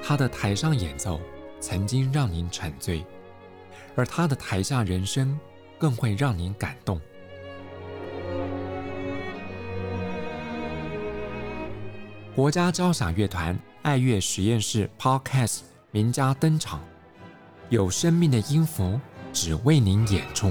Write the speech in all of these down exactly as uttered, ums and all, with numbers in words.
他的台上演奏曾经让您沉醉，而他的台下人生更会让您感动。国家交响乐团爱乐实验室 Podcast 名家登场，有生命的音符只为您演出。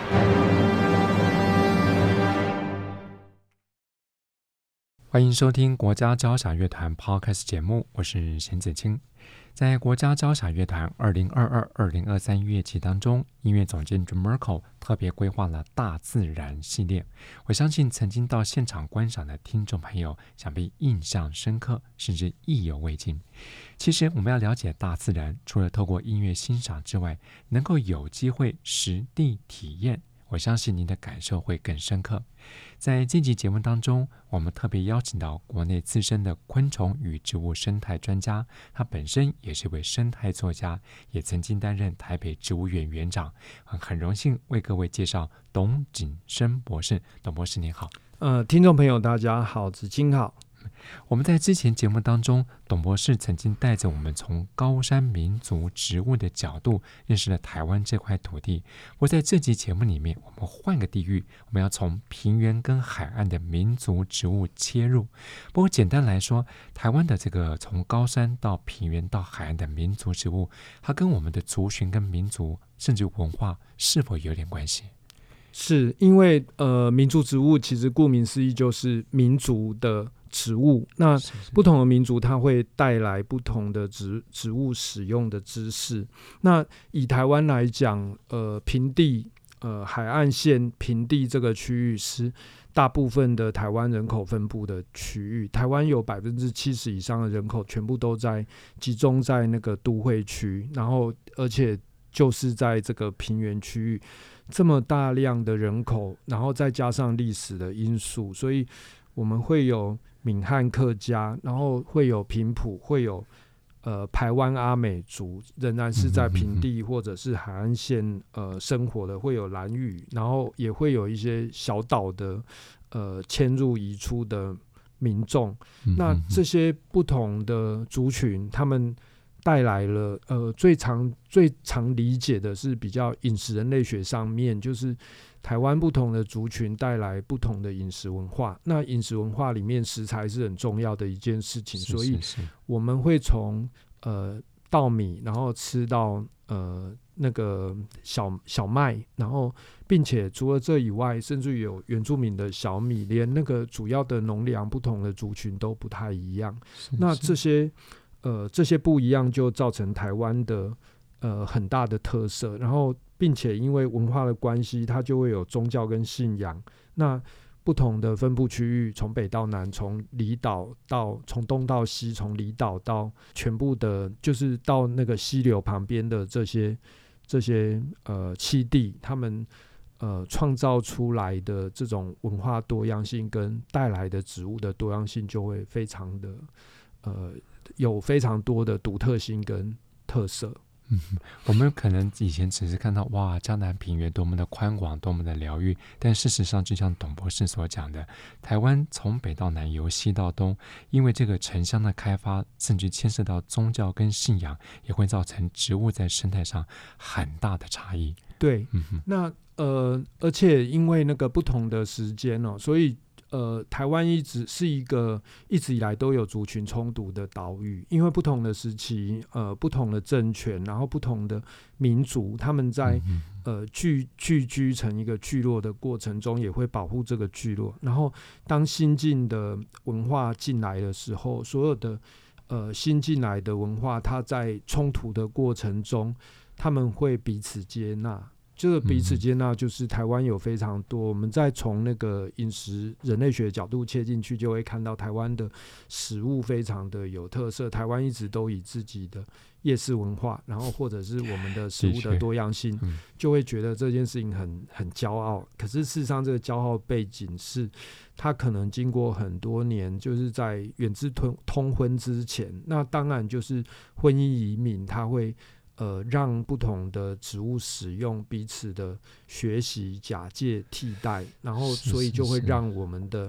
欢迎收听国家交响乐团 Podcast 节目，我是沈子清。在国家交响乐团二零二二二零二三乐季当中，音乐总监 John Merkel 特别规划了大自然系列。我相信曾经到现场观赏的听众朋友想必印象深刻，甚至意犹未尽。其实我们要了解大自然，除了透过音乐欣赏之外，能够有机会实地体验，我相信您的感受会更深刻。在这集节目当中，我们特别邀请到国内资深的昆虫与植物生态专家，他本身也是位生态作家，也曾经担任台北植物园园长。很荣幸为各位介绍董景生博士。董博士您好。 呃，听众朋友大家好，子清好。 我们在之前节目当中，董博士曾经带着我们从高山民族植物的角度认识了台湾这块土地。我在这集节目里面，我们换个地域，我们要从平原跟海岸的民族植物切入。不过简单来说，台湾的这个从高山到平原到海岸的民族植物，它跟我们的族群跟民族甚至文化是否有点关系？ 是因为呃，民族植物其实顾名思义就是民族的植物，那不同的民族它会带来不同的 植, 植物使用的知识。那以台湾来讲，呃，平地呃海岸线平地这个区域是大部分的台湾人口分布的区域，台湾有百分之七十以上的人口全部都在集中在那个都会区，然后而且就是在这个平原区域，这么大量的人口，然后再加上历史的因素，所以我们会有闽汉客家，然后会有平埔，会有呃排湾阿美族，仍然是在平地或者是海岸线呃生活的，会有兰屿，然后也会有一些小岛的呃迁入移出的民众。那这些不同的族群，他们带来了呃最常最常理解的是比较饮食人类学上面，就是台湾不同的族群带来不同的饮食文化。那饮食文化里面食材是很重要的一件事情，所以我们会从呃稻米，然后吃到呃那个小小麦，然后并且除了这以外，甚至有原住民的小米，连那个主要的农粮不同的族群都不太一样。 是是那这些呃，这些不一样就造成台湾的呃很大的特色，然后并且因为文化的关系，它就会有宗教跟信仰。那不同的分布区域，从北到南，从离岛到从东到西，从离岛到全部的，就是到那个溪流旁边的这些这些呃栖地，他们呃创造出来的这种文化多样性跟带来的植物的多样性，就会非常的呃。有非常多的独特性跟特色。 嗯，我们可能以前只是看到哇，江南平原多么的宽广，多么的疗愈，但事实上就像董博士所讲的，台湾从北到南，由西到东，因为这个城乡的开发，甚至牵涉到宗教跟信仰，也会造成植物在生态上很大的差异。 对， 嗯哼， 那呃，而且因为那个不同的时间哦，所以呃，台湾一直是一个一直以来都有族群冲突的岛屿，因为不同的时期，呃，不同的政权，然后不同的民族，他们在呃聚聚居成一个聚落的过程中，也会保护这个聚落。然后，当新进的文化进来的时候，所有的呃新进来的文化，它在冲突的过程中，他们会彼此接纳。这个彼此接纳，就是台湾有非常多，我们再从那个饮食人类学的角度切进去，就会看到台湾的食物非常的有特色。台湾一直都以自己的夜市文化，然后或者是我们的食物的多样性，就会觉得这件事情很很骄傲。可是事实上，这个骄傲背景是，它可能经过很多年，就是在远至通婚之前，那当然就是婚姻移民，它会。呃，让不同的植物使用彼此的学习、假借、替代，然后所以就会让我们的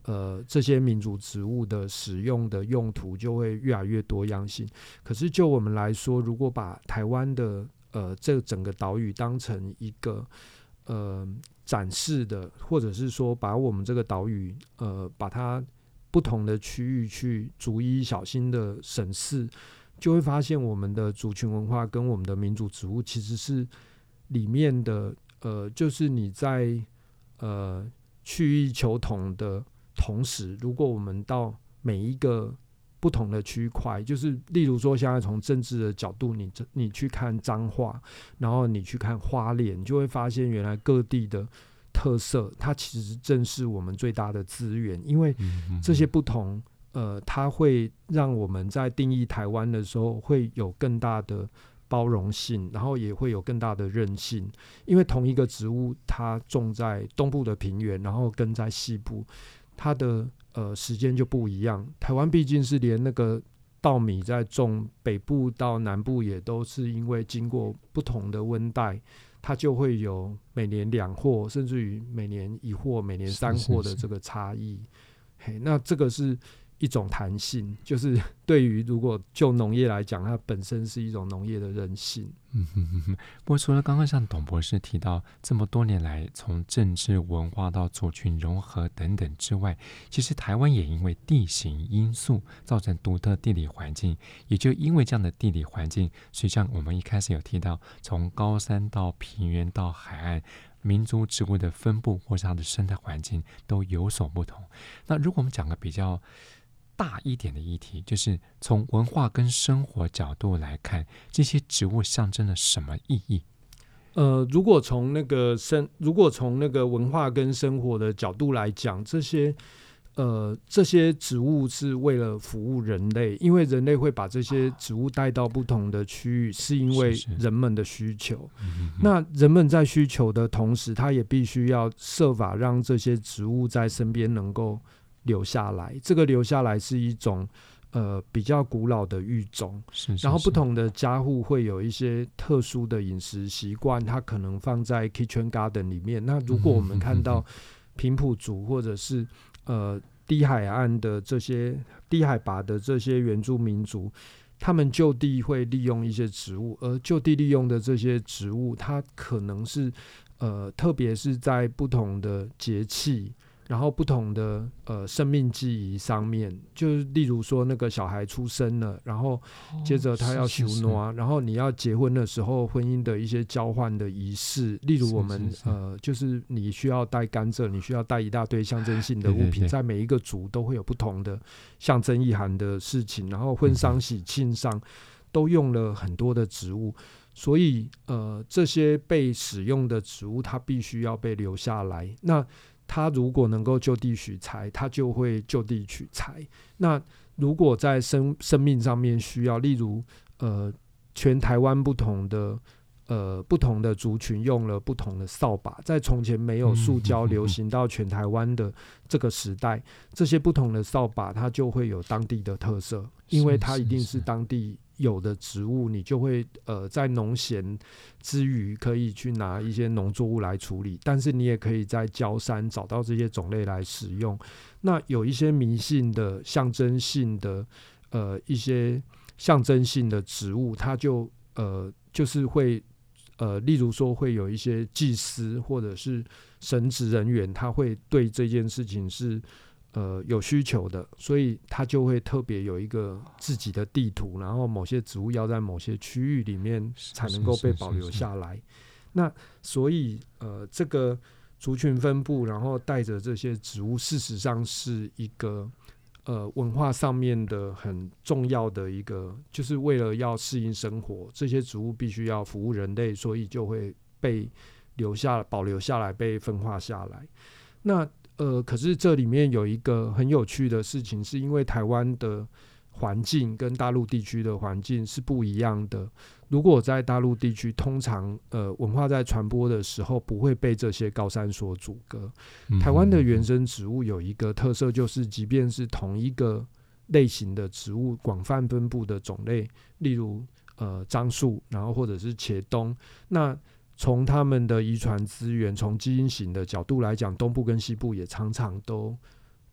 呃这些民族植物的使用的用途就会越来越多样性。可是就我们来说，如果把台湾的呃这整个岛屿当成一个呃展示的，或者是说把我们这个岛屿呃把它不同的区域去逐一小心的审视，就会发现我们的族群文化跟我们的民族植物其实是里面的呃，就是你在呃去异求同的同时，如果我们到每一个不同的区块，就是例如说现在从政治的角度，你你去看彰化，然后你去看花莲，你就会发现原来各地的特色，它其实正是我们最大的资源，因为这些不同，呃，它会让我们在定义台湾的时候会有更大的包容性，然后也会有更大的韧性。因为同一个植物，它种在东部的平原，然后跟在西部，它的呃时间就不一样。台湾毕竟是连那个稻米在种，北部到南部也都是因为经过不同的温带，它就会有每年两货，甚至于每年一货、每年三货的这个差异。嘿，那这个是一种弹性，就是对于如果就农业来讲，它本身是一种农业的韧性。 嗯哼哼哼。不过除了刚刚像董博士提到这么多年来从政治文化到族群融合等等之外，其实台湾也因为地形因素造成独特地理环境，也就因为这样的地理环境，所以像我们一开始有提到从高山到平原到海岸，民族植物的分布或是它的生态环境都有所不同。那如果我们讲个比较大一点的议题，就是从文化跟生活角度来看，这些植物象征了什么意义？ 呃，如果从那个生，如果从那个文化跟生活的角度来讲，这些呃这些植物是为了服务人类，因为人类会把这些植物带到不同的区域，是因为人们的需求。是是那人们在需求的同时，他也必须要设法让这些植物在身边能够留下来。这个留下来是一种呃比较古老的育种， 是是是。 然后不同的家户会有一些特殊的饮食习惯，它可能放在 kitchen garden 里面。那如果我们看到平埔族或者是呃低海岸的这些低海拔的这些原住民族，他们就地会利用一些植物，而就地利用的这些植物，它可能是呃特别是在不同的节气，然后不同的呃生命记忆上面，就是例如说那个小孩出生了，然后接着他要修诺、哦、然后你要结婚的时候，婚姻的一些交换的仪式，例如我们是是是呃就是你需要带甘蔗，你需要带一大堆象征性的物品，对对对，在每一个族都会有不同的象征意涵的事情，然后婚丧喜庆上都用了很多的植物。所以呃这些被使用的植物它必须要被留下来，那它如果能够就地取材，它就会就地取材。那如果在 生, 生命上面需要，例如呃，全台湾不同的呃不同的族群用了不同的扫把，在从前没有塑胶流行到全台湾的这个时代，这些不同的扫把它就会有当地的特色，因为它一定是当地有的植物，你就会呃在农闲之余可以去拿一些农作物来处理，但是你也可以在郊山找到这些种类来使用。那有一些迷信的象征性的呃一些象征性的植物，它就呃就是会呃例如说会有一些祭司或者是神职人员，他会对这件事情是呃，有需求的，所以他就会特别有一个自己的地图，然后某些植物要在某些区域里面才能够被保留下来。是是是是。那所以呃，这个族群分布，然后带着这些植物，事实上是一个呃文化上面的很重要的一个，就是为了要适应生活，这些植物必须要服务人类，所以就会被留下保留下来，被分化下来。那呃，可是这里面有一个很有趣的事情，是因为台湾的环境跟大陆地区的环境是不一样的。如果在大陆地区，通常呃文化在传播的时候不会被这些高山所阻隔。台湾的原生植物有一个特色，就是即便是同一个类型的植物，广泛分布的种类，例如呃樟树，然后或者是茄冬，那从他们的遗传资源，从基因型的角度来讲，东部跟西部也常常都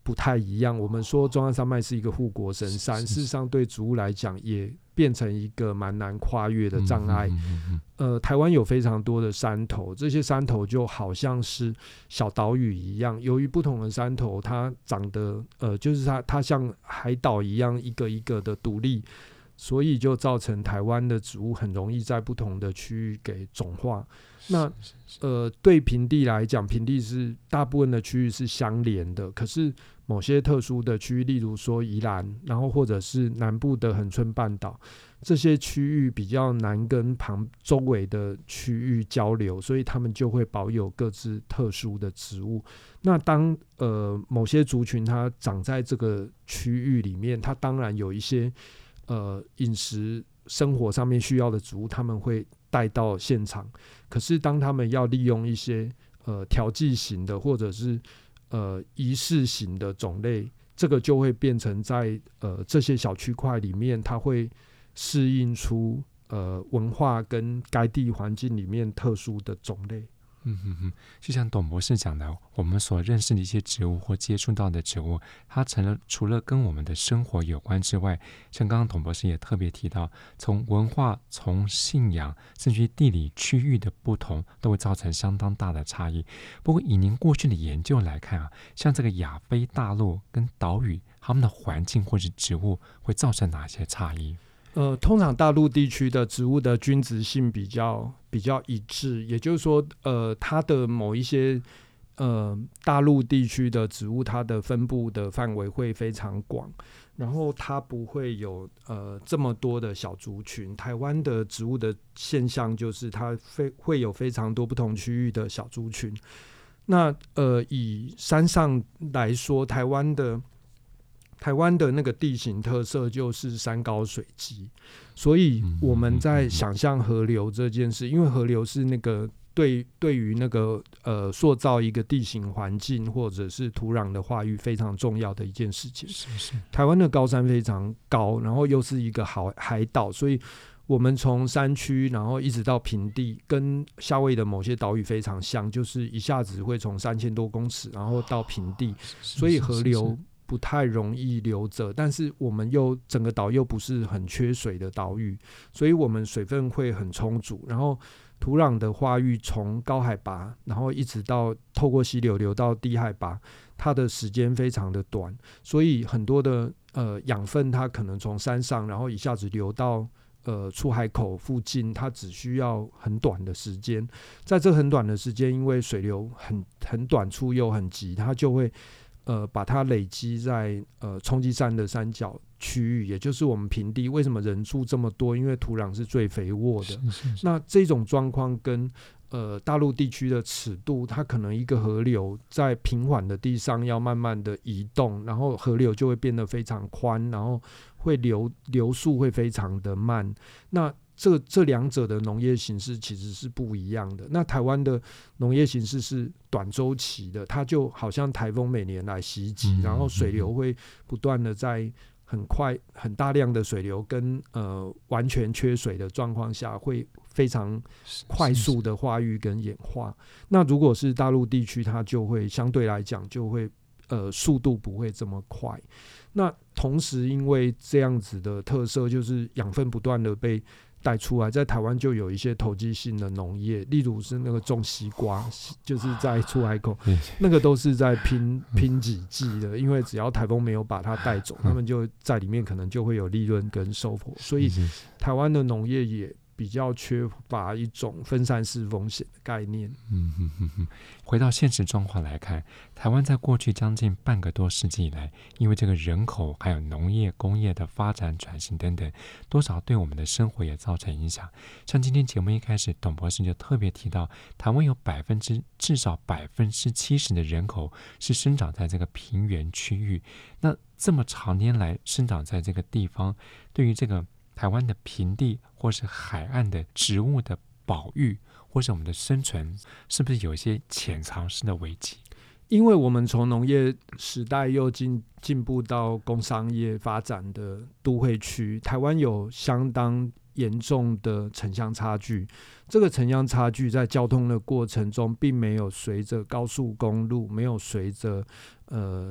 不太一样。我们说中央山脉是一个护国神山，事实上对植物来讲也变成一个蛮难跨越的障碍。 嗯嗯嗯呃，台湾有非常多的山头，这些山头就好像是小岛屿一样。由于不同的山头，它长得呃，就是它它像海岛一样，一个一个的独立，所以就造成台湾的植物很容易在不同的区域给种化。那呃，对平地来讲，平地是大部分的区域是相连的，可是某些特殊的区域，例如说宜兰，然后或者是南部的恒春半岛，这些区域比较难跟旁周围的区域交流，所以他们就会保有各自特殊的植物。那当呃某些族群它长在这个区域里面，它当然有一些呃饮食生活上面需要的植物，他们会带到现场。可是当他们要利用一些呃调剂型的或者是呃仪式型的种类，这个就会变成在呃这些小区块里面，它会适应出呃文化跟该地环境里面特殊的种类。 嗯嗯嗯，就像董博士讲的，我们所认识的一些植物或接触到的植物，它成了除了跟我们的生活有关之外，像刚刚董博士也特别提到，从文化、从信仰，甚至于地理区域的不同，都会造成相当大的差异。不过以您过去的研究来看啊，像这个亚非大陆跟岛屿，它们的环境或是植物会造成哪些差异？ 呃，通常大陆地区的植物的均质性比较比较一致，也就是说，呃，它的某一些呃大陆地区的植物，它的分布的范围会非常广，然后它不会有呃这么多的小族群。台湾的植物的现象就是它非会有非常多不同区域的小族群。那呃，以山上来说，台湾的台湾的那个地形特色就是山高水急，所以我们在想象河流这件事，因为河流是那个对对于那个呃塑造一个地形环境或者是土壤的化育非常重要的一件事情。 是是， 台湾的高山非常高，然后又是一个海海岛，所以我们从山区然后一直到平地，跟夏威夷的某些岛屿非常像，就是一下子会从三千多公尺然后到平地，所以河流不太容易流着，但是我们又整个岛又不是很缺水的岛屿，所以我们水分会很充足，然后土壤的化育从高海拔然后一直到透过溪流流到低海拔，它的时间非常的短，所以很多的呃养分它可能从山上然后一下子流到呃出海口附近，它只需要很短的时间，在这很短的时间，因为水流很很短促又很急，它就会呃，把它累积在呃冲积扇的三角区域，也就是我们平地。为什么人数这么多？因为土壤是最肥沃的。 是是是， 那这种状况跟呃大陆地区的尺度，它可能一个河流在平缓的地上要慢慢的移动，然后河流就会变得非常宽，然后会流流速会非常的慢。那这这两者的农业形式其实是不一样的。那台湾的农业形式是短周期的，它就好像台风每年来袭击， 嗯、 然后水流会不断的在很快很大量的水流跟呃完全缺水的状况下，会非常快速的化育跟演化。那如果是大陆地区，它就会相对来讲就会呃速度不会这么快。那同时因为这样子的特色，就是养分不断的被带出来，在台湾就有一些投机性的农业，例如是那个种西瓜，就是在出海口，那个都是在拼拼几季的，因为只要台风没有把它带走，他们就在里面可能就会有利润跟收获，所以台湾的农业也比较缺乏一种分散式风险的概念。 嗯哼哼哼，回到现实状况来看，台湾在过去将近半个多世纪以来，因为这个人口还有农业工业的发展转型等等，多少对我们的生活也造成影响。像今天节目一开始，董博士就特别提到，台湾有百分之至少百分之七十的人口是生长在这个平原区域。那这么长年来生长在这个地方，对于这个台湾的平地或是海岸的植物的保育，或是我们的生存，是不是有一些潜藏式的危机？ 因为我们从农业时代又进进步到工商业发展的都会区，台湾有相当严重的城乡差距。这个城乡差距在交通的过程中，并没有随着高速公路，没有随着呃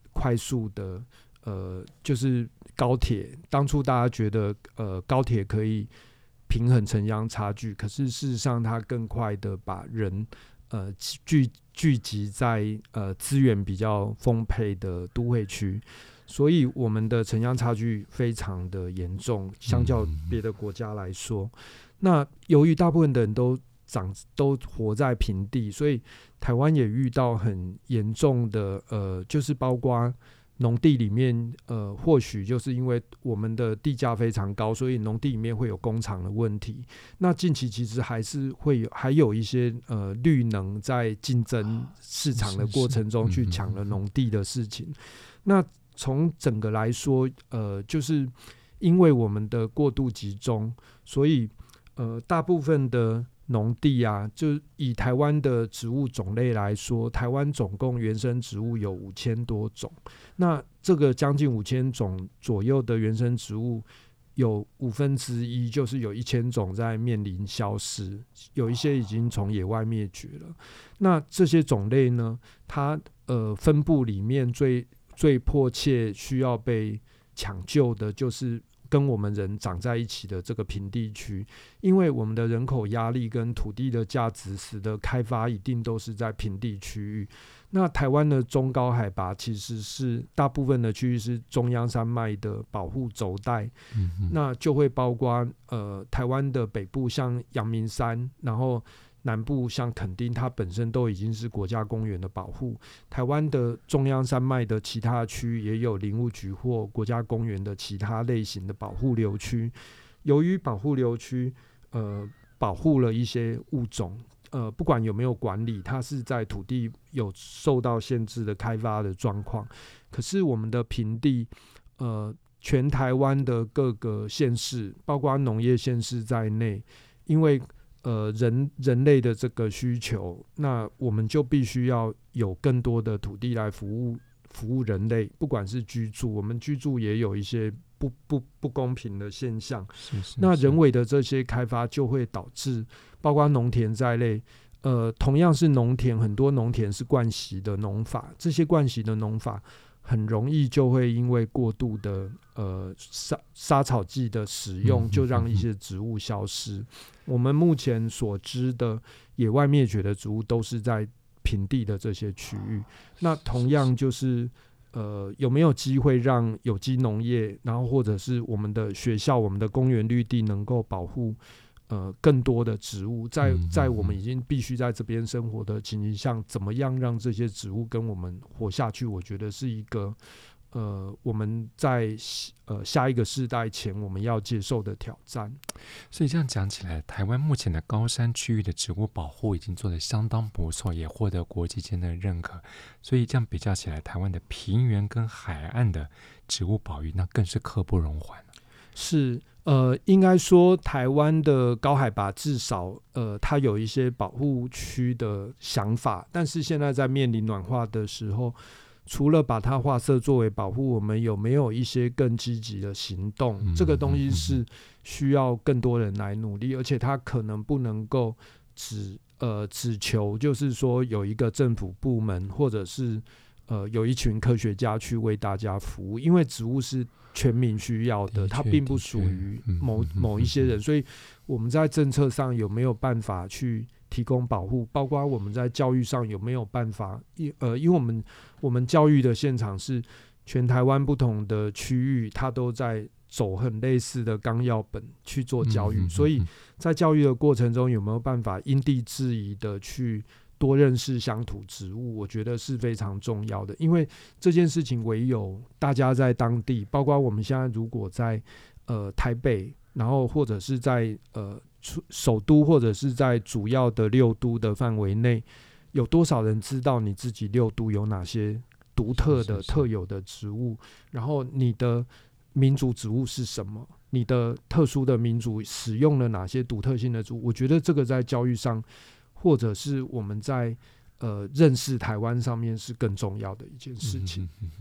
快速的呃，就是高铁。当初大家觉得呃高铁可以平衡城乡差距，可是事实上它更快的把人呃聚聚集在呃资源比较丰沛的都会区。所以我们的城乡差距非常的严重，相较别的国家来说。那由于大部分的人都长都活在平地，所以台湾也遇到很严重的呃，就是包括农地里面呃，或许就是因为我们的地价非常高，所以农地里面会有工厂的问题。那近期其实还是会有还有一些呃绿能在竞争市场的过程中去抢了农地的事情。那从整个来说，呃，就是因为我们的过度集中，所以呃，大部分的农地啊，就以台湾的植物种类来说，台湾总共原生植物有五千多种。那这个将近五千种左右的原生植物，有五分之一，就是有一千种在面临消失，有一些已经从野外灭绝了。那这些种类呢，它呃分布里面最最迫切需要被抢救的，就是跟我们人长在一起的这个平地区，因为我们的人口压力跟土地的价值使得开发一定都是在平地区域。那台湾的中高海拔其实是大部分的区域是中央山脉的保护轴带，嗯、那就会包括呃台湾的北部像阳明山，然后南部像垦丁，它本身都已经是国家公园的保护。台湾的中央山脉的其他区域也有林务局或国家公园的其他类型的保护流区。由于保护流区呃保护了一些物种，呃不管有没有管理，它是在土地有受到限制的开发的状况。可是我们的平地，呃全台湾的各个县市，包括农业县市在内，因为呃，人人类的这个需求，那我们就必须要有更多的土地来服务服务人类，不管是居住，我们居住也有一些不不不公平的现象。 是是是， 那人为的这些开发就会导致，包括农田在内，呃，同样是农田，很多农田是惯习的农法，这些惯习的农法很容易就会因为过度的呃杀杀草剂的使用，就让一些植物消失。我们目前所知的野外灭绝的植物都是在平地的这些区域。那同样就是呃有没有机会让有机农业，然后或者是我们的学校、我们的公园绿地能够保护呃更多的植物，在在我们已经必须在这边生活的情形下，怎么样让这些植物跟我们活下去？我觉得是一个呃我们在呃下一个世代前我们要接受的挑战。 所以这样讲起来，台湾目前的高山区域的植物保护已经做得相当不错，也获得国际间的认可。所以这样比较起来，台湾的平原跟海岸的植物保育，那更是刻不容缓。 是。呃，应该说台湾的高海拔至少呃，它有一些保护区的想法，但是现在在面临暖化的时候，除了把它划设作为保护，我们有没有一些更积极的行动？嗯、这个东西是需要更多人来努力，而且它可能不能够只呃只求就是说有一个政府部门或者是呃有一群科学家去为大家服务，因为植物是全民需要的，它并不属于某某一些人，所以我们在政策上有没有办法去提供保护，包括我们在教育上有没有办法，呃，因为我们我们教育的现场是全台湾不同的区域，它都在走很类似的纲要本去做教育，所以在教育的过程中有没有办法因地制宜的去多认识乡土植物，我觉得是非常重要的。因为这件事情唯有大家在当地，包括我们现在如果在呃台北，然后或者是在呃首都或者是在主要的六都的范围内，有多少人知道你自己六都有哪些独特的特有的植物，然后你的民族植物是什么，你的特殊的民族使用了哪些独特性的植物，我觉得这个在教育上或者是我们在呃认识台湾上面是更重要的一件事情。嗯嗯嗯，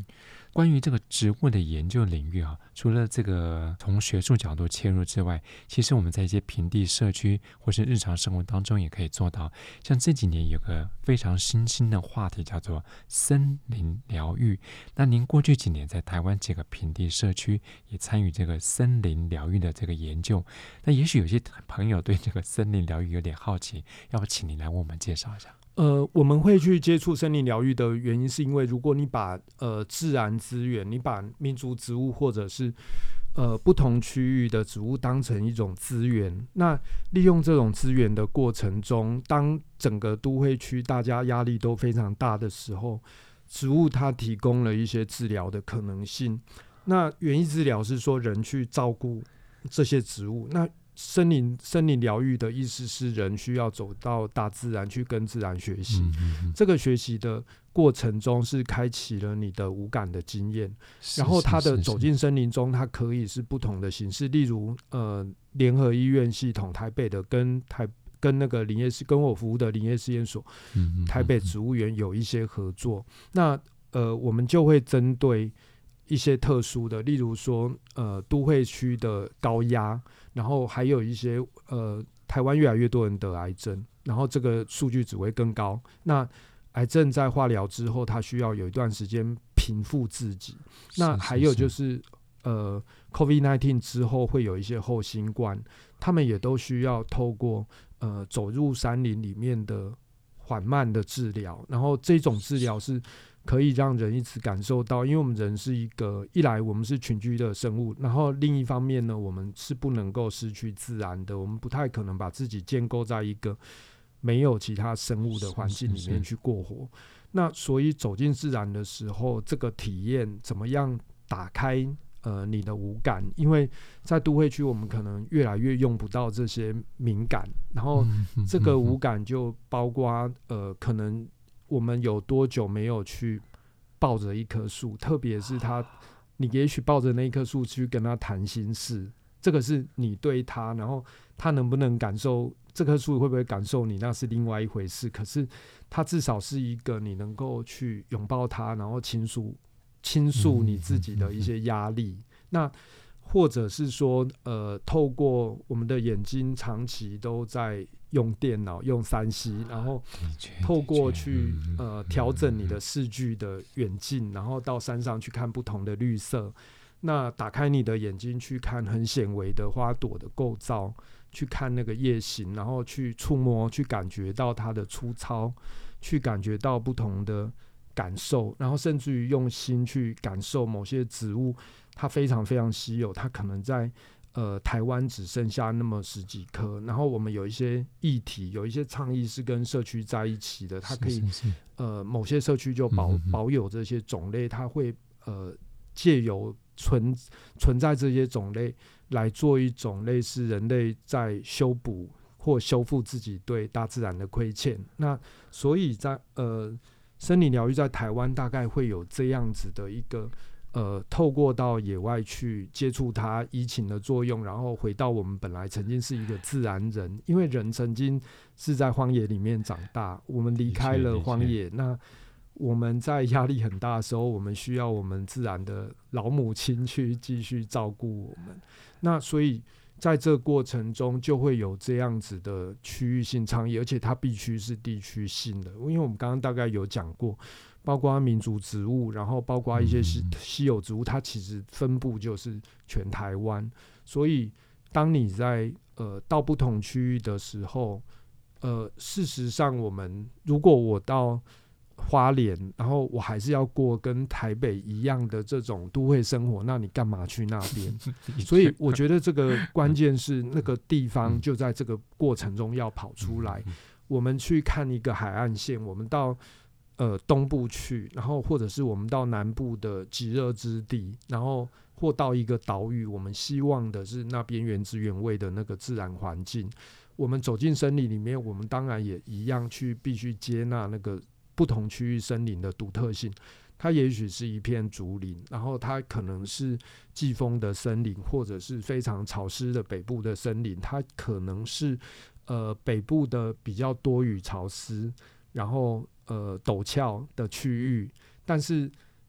关于这个植物的研究领域啊，除了这个从学术角度切入之外，其实我们在一些平地社区或是日常生活当中也可以做到。像这几年有个非常新兴的话题叫做森林疗愈，那您过去几年在台湾几个平地社区也参与这个森林疗愈的这个研究，那也许有些朋友对这个森林疗愈有点好奇，要不请您来为我们介绍一下？ 呃，我们会去接触森林疗愈的原因，是因为如果你把呃自然资源，你把民族植物或者是呃不同区域的植物当成一种资源，那利用这种资源的过程中，当整个都会区大家压力都非常大的时候，植物它提供了一些治疗的可能性。那园艺治疗是说人去照顾这些植物，那森林森林疗愈的意思是人需要走到大自然去跟自然学习，嗯嗯嗯，这个学习的过程中是开启了你的五感的经验，然后它的走进森林中，它可以是不同的形式，例如呃联合医院系统台北的跟台跟那个林业跟我服务的林业试验所，嗯嗯嗯嗯，台北植物园有一些合作，那呃我们就会针对一些特殊的，例如说呃都会区的高压，然后还有一些呃台湾越来越多人得癌症，然后这个数据只会更高。那癌症在化疗之后，它需要有一段时间平复自己。那还有就是呃 COVID 十九 之后会有一些后新冠，他们也都需要透过呃走入山林里面的缓慢的治疗，然后这种治疗是可以让人一直感受到，因为我们人是一个，一来我们是群居的生物，然后另一方面呢，我们是不能够失去自然的，我们不太可能把自己建构在一个没有其他生物的环境里面去过活。那所以走进自然的时候，这个体验怎么样打开呃你的五感？因为在都会区，我们可能越来越用不到这些敏感，然后这个五感就包括呃可能我们有多久没有去抱着一棵树，特别是他，你也许抱着那一棵树去跟他谈心事，这个是你对他，然后他能不能感受这棵树，会不会感受你，那是另外一回事。可是他至少是一个你能够去拥抱他，然后倾诉倾诉你自己的一些压力。那或者是说呃，透过我们的眼睛长期都在用电脑用三 C， 然后透过去呃调整你的视距的远近，然后到山上去看不同的绿色，那打开你的眼睛去看很显微的花朵的构造，去看那个叶形，然后去触摸，去感觉到它的粗糙，去感觉到不同的感受，然后甚至于用心去感受某些植物，它非常非常稀有，它可能在呃台湾只剩下那么十几棵，然后我们有一些议题，有一些倡议是跟社区在一起的，它可以是是是呃某些社区就保、嗯、保有这些种类，它会呃借由存存在这些种类来做一种类似人类在修补或修复自己对大自然的亏欠。那所以在呃森林疗愈在台湾大概会有这样子的一个呃，透过到野外去接触它移情的作用，然后回到我们本来曾经是一个自然人，因为人曾经是在荒野里面长大，我们离开了荒野，那我们在压力很大的时候，我们需要我们自然的老母亲去继续照顾我们。那所以在这个过程中就会有这样子的区域性倡议，而且它必须是地区性的，因为我们刚刚大概有讲过，包括民族植物，然后包括一些稀有植物，它其实分布就是全台湾。所以当你在呃到不同区域的时候，呃，事实上我们如果我到花莲，然后我还是要过跟台北一样的这种都会生活，那你干嘛去那边？所以我觉得这个关键是那个地方就在这个过程中要跑出来。我们去看一个海岸线，我们到呃东部去，然后或者是我们到南部的极热之地，然后或到一个岛屿，我们希望的是那边原汁原味的那个自然环境。我们走进森林里面，我们当然也一样去必须接纳那个不同区域森林的独特性，它也许是一片竹林，然后它可能是季风的森林，或者是非常潮湿的北部的森林，它可能是呃北部的比较多雨潮湿，然后呃陡峭的区域，但是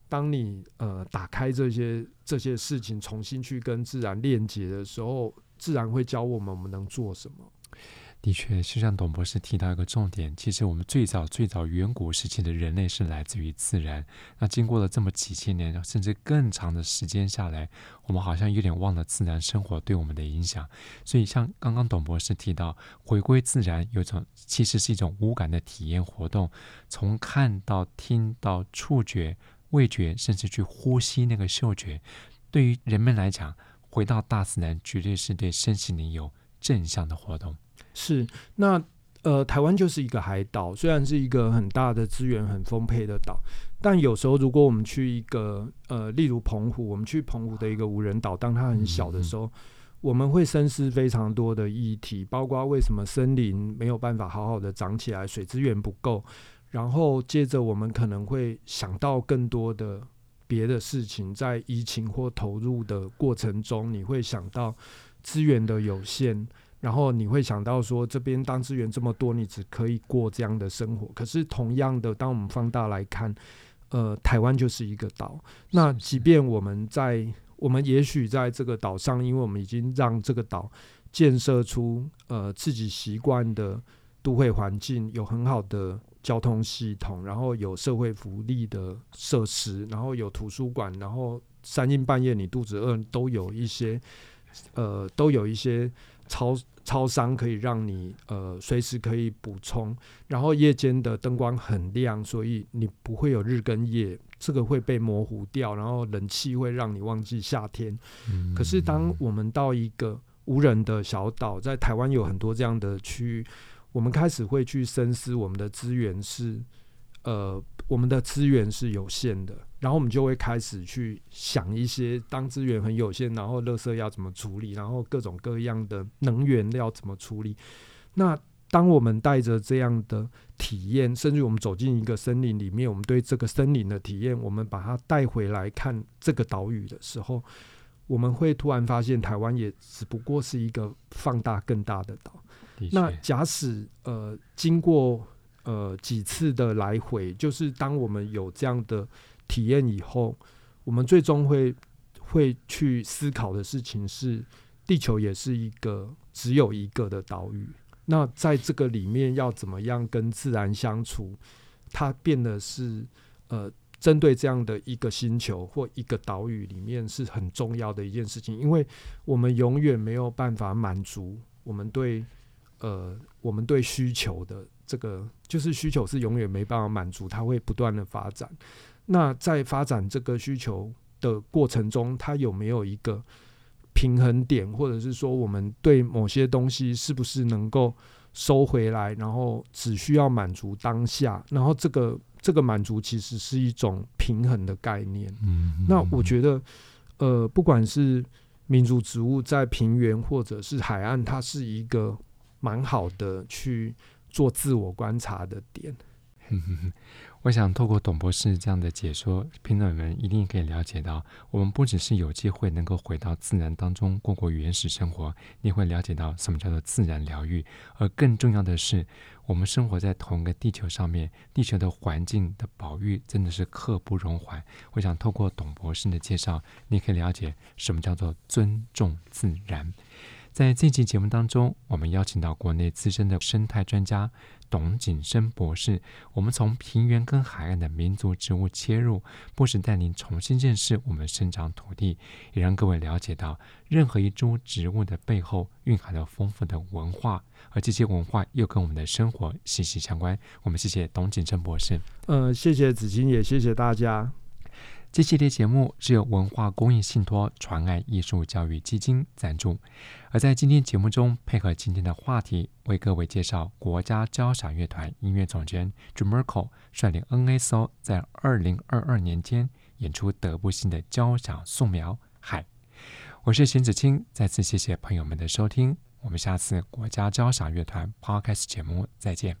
当你呃打开这些这些事情，重新去跟自然链接的时候，自然会教我们我们能做什么。 的确，就像董博士提到一个重点，其实我们最早最早远古时期的人类是来自于自然。那经过了这么几千年，甚至更长的时间下来，我们好像有点忘了自然生活对我们的影响。所以像刚刚董博士提到，回归自然有种其实是一种无感的体验活动，从看到听到触觉、味觉，甚至去呼吸那个嗅觉，对于人们来讲，回到大自然绝对是对身心灵有正向的活动。 是，那呃，台湾就是一个海岛，虽然是一个很大的资源很丰沛的岛，但有时候如果我们去一个呃，例如澎湖，我们去澎湖的一个无人岛，当它很小的时候，嗯、我们会深思非常多的议题，包括为什么森林没有办法好好的长起来，水资源不够，然后接着我们可能会想到更多的别的事情，在移情或投入的过程中，你会想到资源的有限。然后你会想到说，这边当资源这么多，你只可以过这样的生活。可是同样的，当我们放大来看，呃，台湾就是一个岛。那即便我们在，我们也许在这个岛上，因为我们已经让这个岛建设出呃自己习惯的都会环境，有很好的交通系统，然后有社会福利的设施，然后有图书馆，然后三更半夜你肚子饿，都有一些呃，都有一些。超超商可以让你呃随时可以补充，然后夜间的灯光很亮，所以你不会有日跟夜，这个会被模糊掉，然后冷气会让你忘记夏天。嗯、可是当我们到一个无人的小岛，在台湾有很多这样的区域，我们开始会去深思我们的资源是呃我们的资源是有限的。然后我们就会开始去想一些，当资源很有限，然后垃圾要怎么处理，然后各种各样的能源要怎么处理。那当我们带着这样的体验，甚至我们走进一个森林里面，我们对这个森林的体验，我们把它带回来看这个岛屿的时候，我们会突然发现台湾也只不过是一个放大更大的岛。那假使呃经过呃几次的来回，就是当我们有这样的体验以后，我们最终会会去思考的事情是，地球也是一个只有一个的岛屿。那在这个里面要怎么样跟自然相处，它变得是呃针对这样的一个星球或一个岛屿里面是很重要的一件事情，因为我们永远没有办法满足我们对呃我们对需求的这个，就是需求是永远没办法满足，它会不断的发展。那在发展这个需求的过程中，它有没有一个平衡点，或者是说我们对某些东西是不是能够收回来，然后只需要满足当下，然后这个这个满足其实是一种平衡的概念。嗯嗯，那我觉得呃，不管是民族植物在平原或者是海岸，它是一个蛮好的去做自我观察的点。 我想透过董博士这样的解说，听众们一定可以了解到，我们不只是有机会能够回到自然当中过过原始生活，你会了解到什么叫做自然疗愈，而更重要的是，我们生活在同一个地球上面，地球的环境的保育真的是刻不容缓。我想透过董博士的介绍，你可以了解什么叫做尊重自然。在这期节目当中，我们邀请到国内资深的生态专家董景生博士，我们从平原跟海岸的民族植物切入，不时带您重新认识我们生长土地，也让各位了解到任何一株植物的背后蕴含了丰富的文化，而这些文化又跟我们的生活息息相关。我们谢谢董景生博士。 呃，谢谢子清，也谢谢大家。 这系列节目是由文化公益信托传爱艺术教育基金赞助，而在今天节目中，配合今天的话题，为各位介绍国家交响乐团音乐总监 Merkel 率领 N S O 在二零二二年间演出德布西的交响素描《海》。我是邢子清，再次谢谢朋友们的收听，我们下次国家交响乐团 Podcast 节目再见。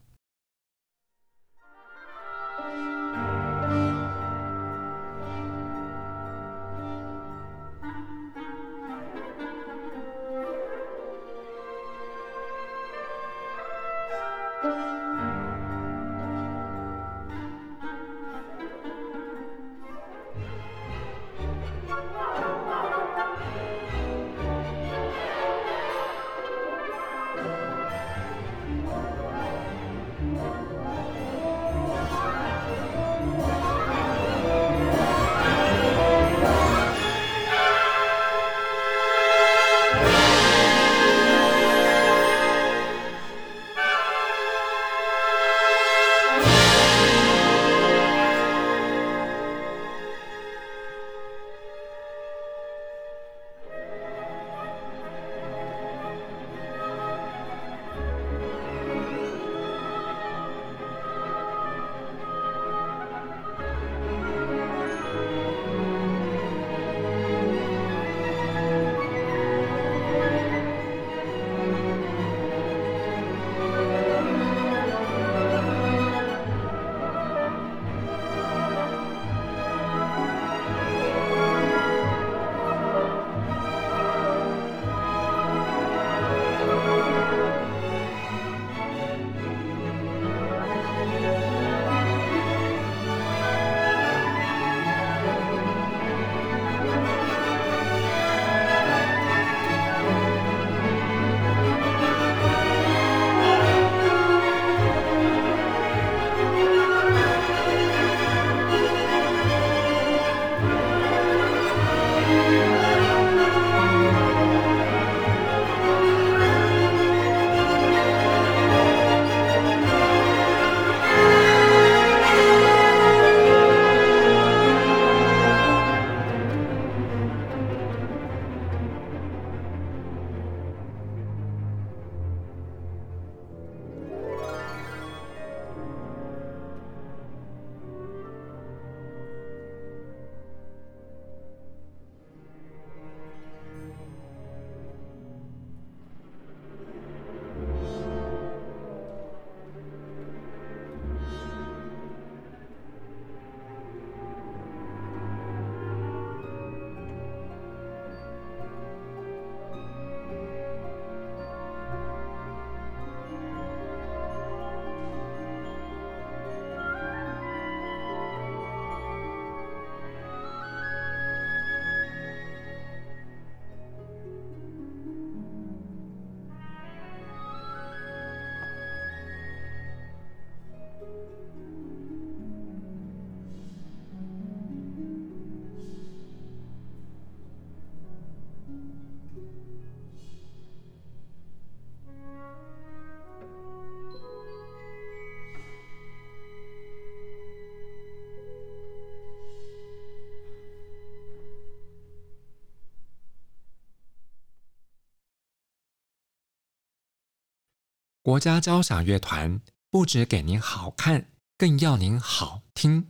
国家交响乐团不只给您好看，更要您好听。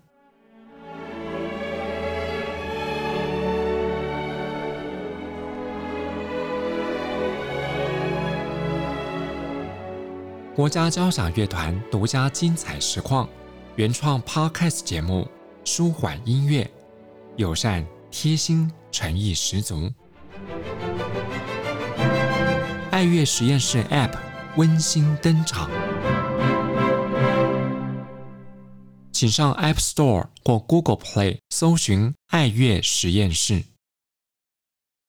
国家交响乐团独家精彩实况，原创 Podcast 节目，舒缓音乐，友善贴心，诚意十足。爱乐实验室 App 温馨登场，请上 App Store 或 Google Play 搜寻爱乐实验室。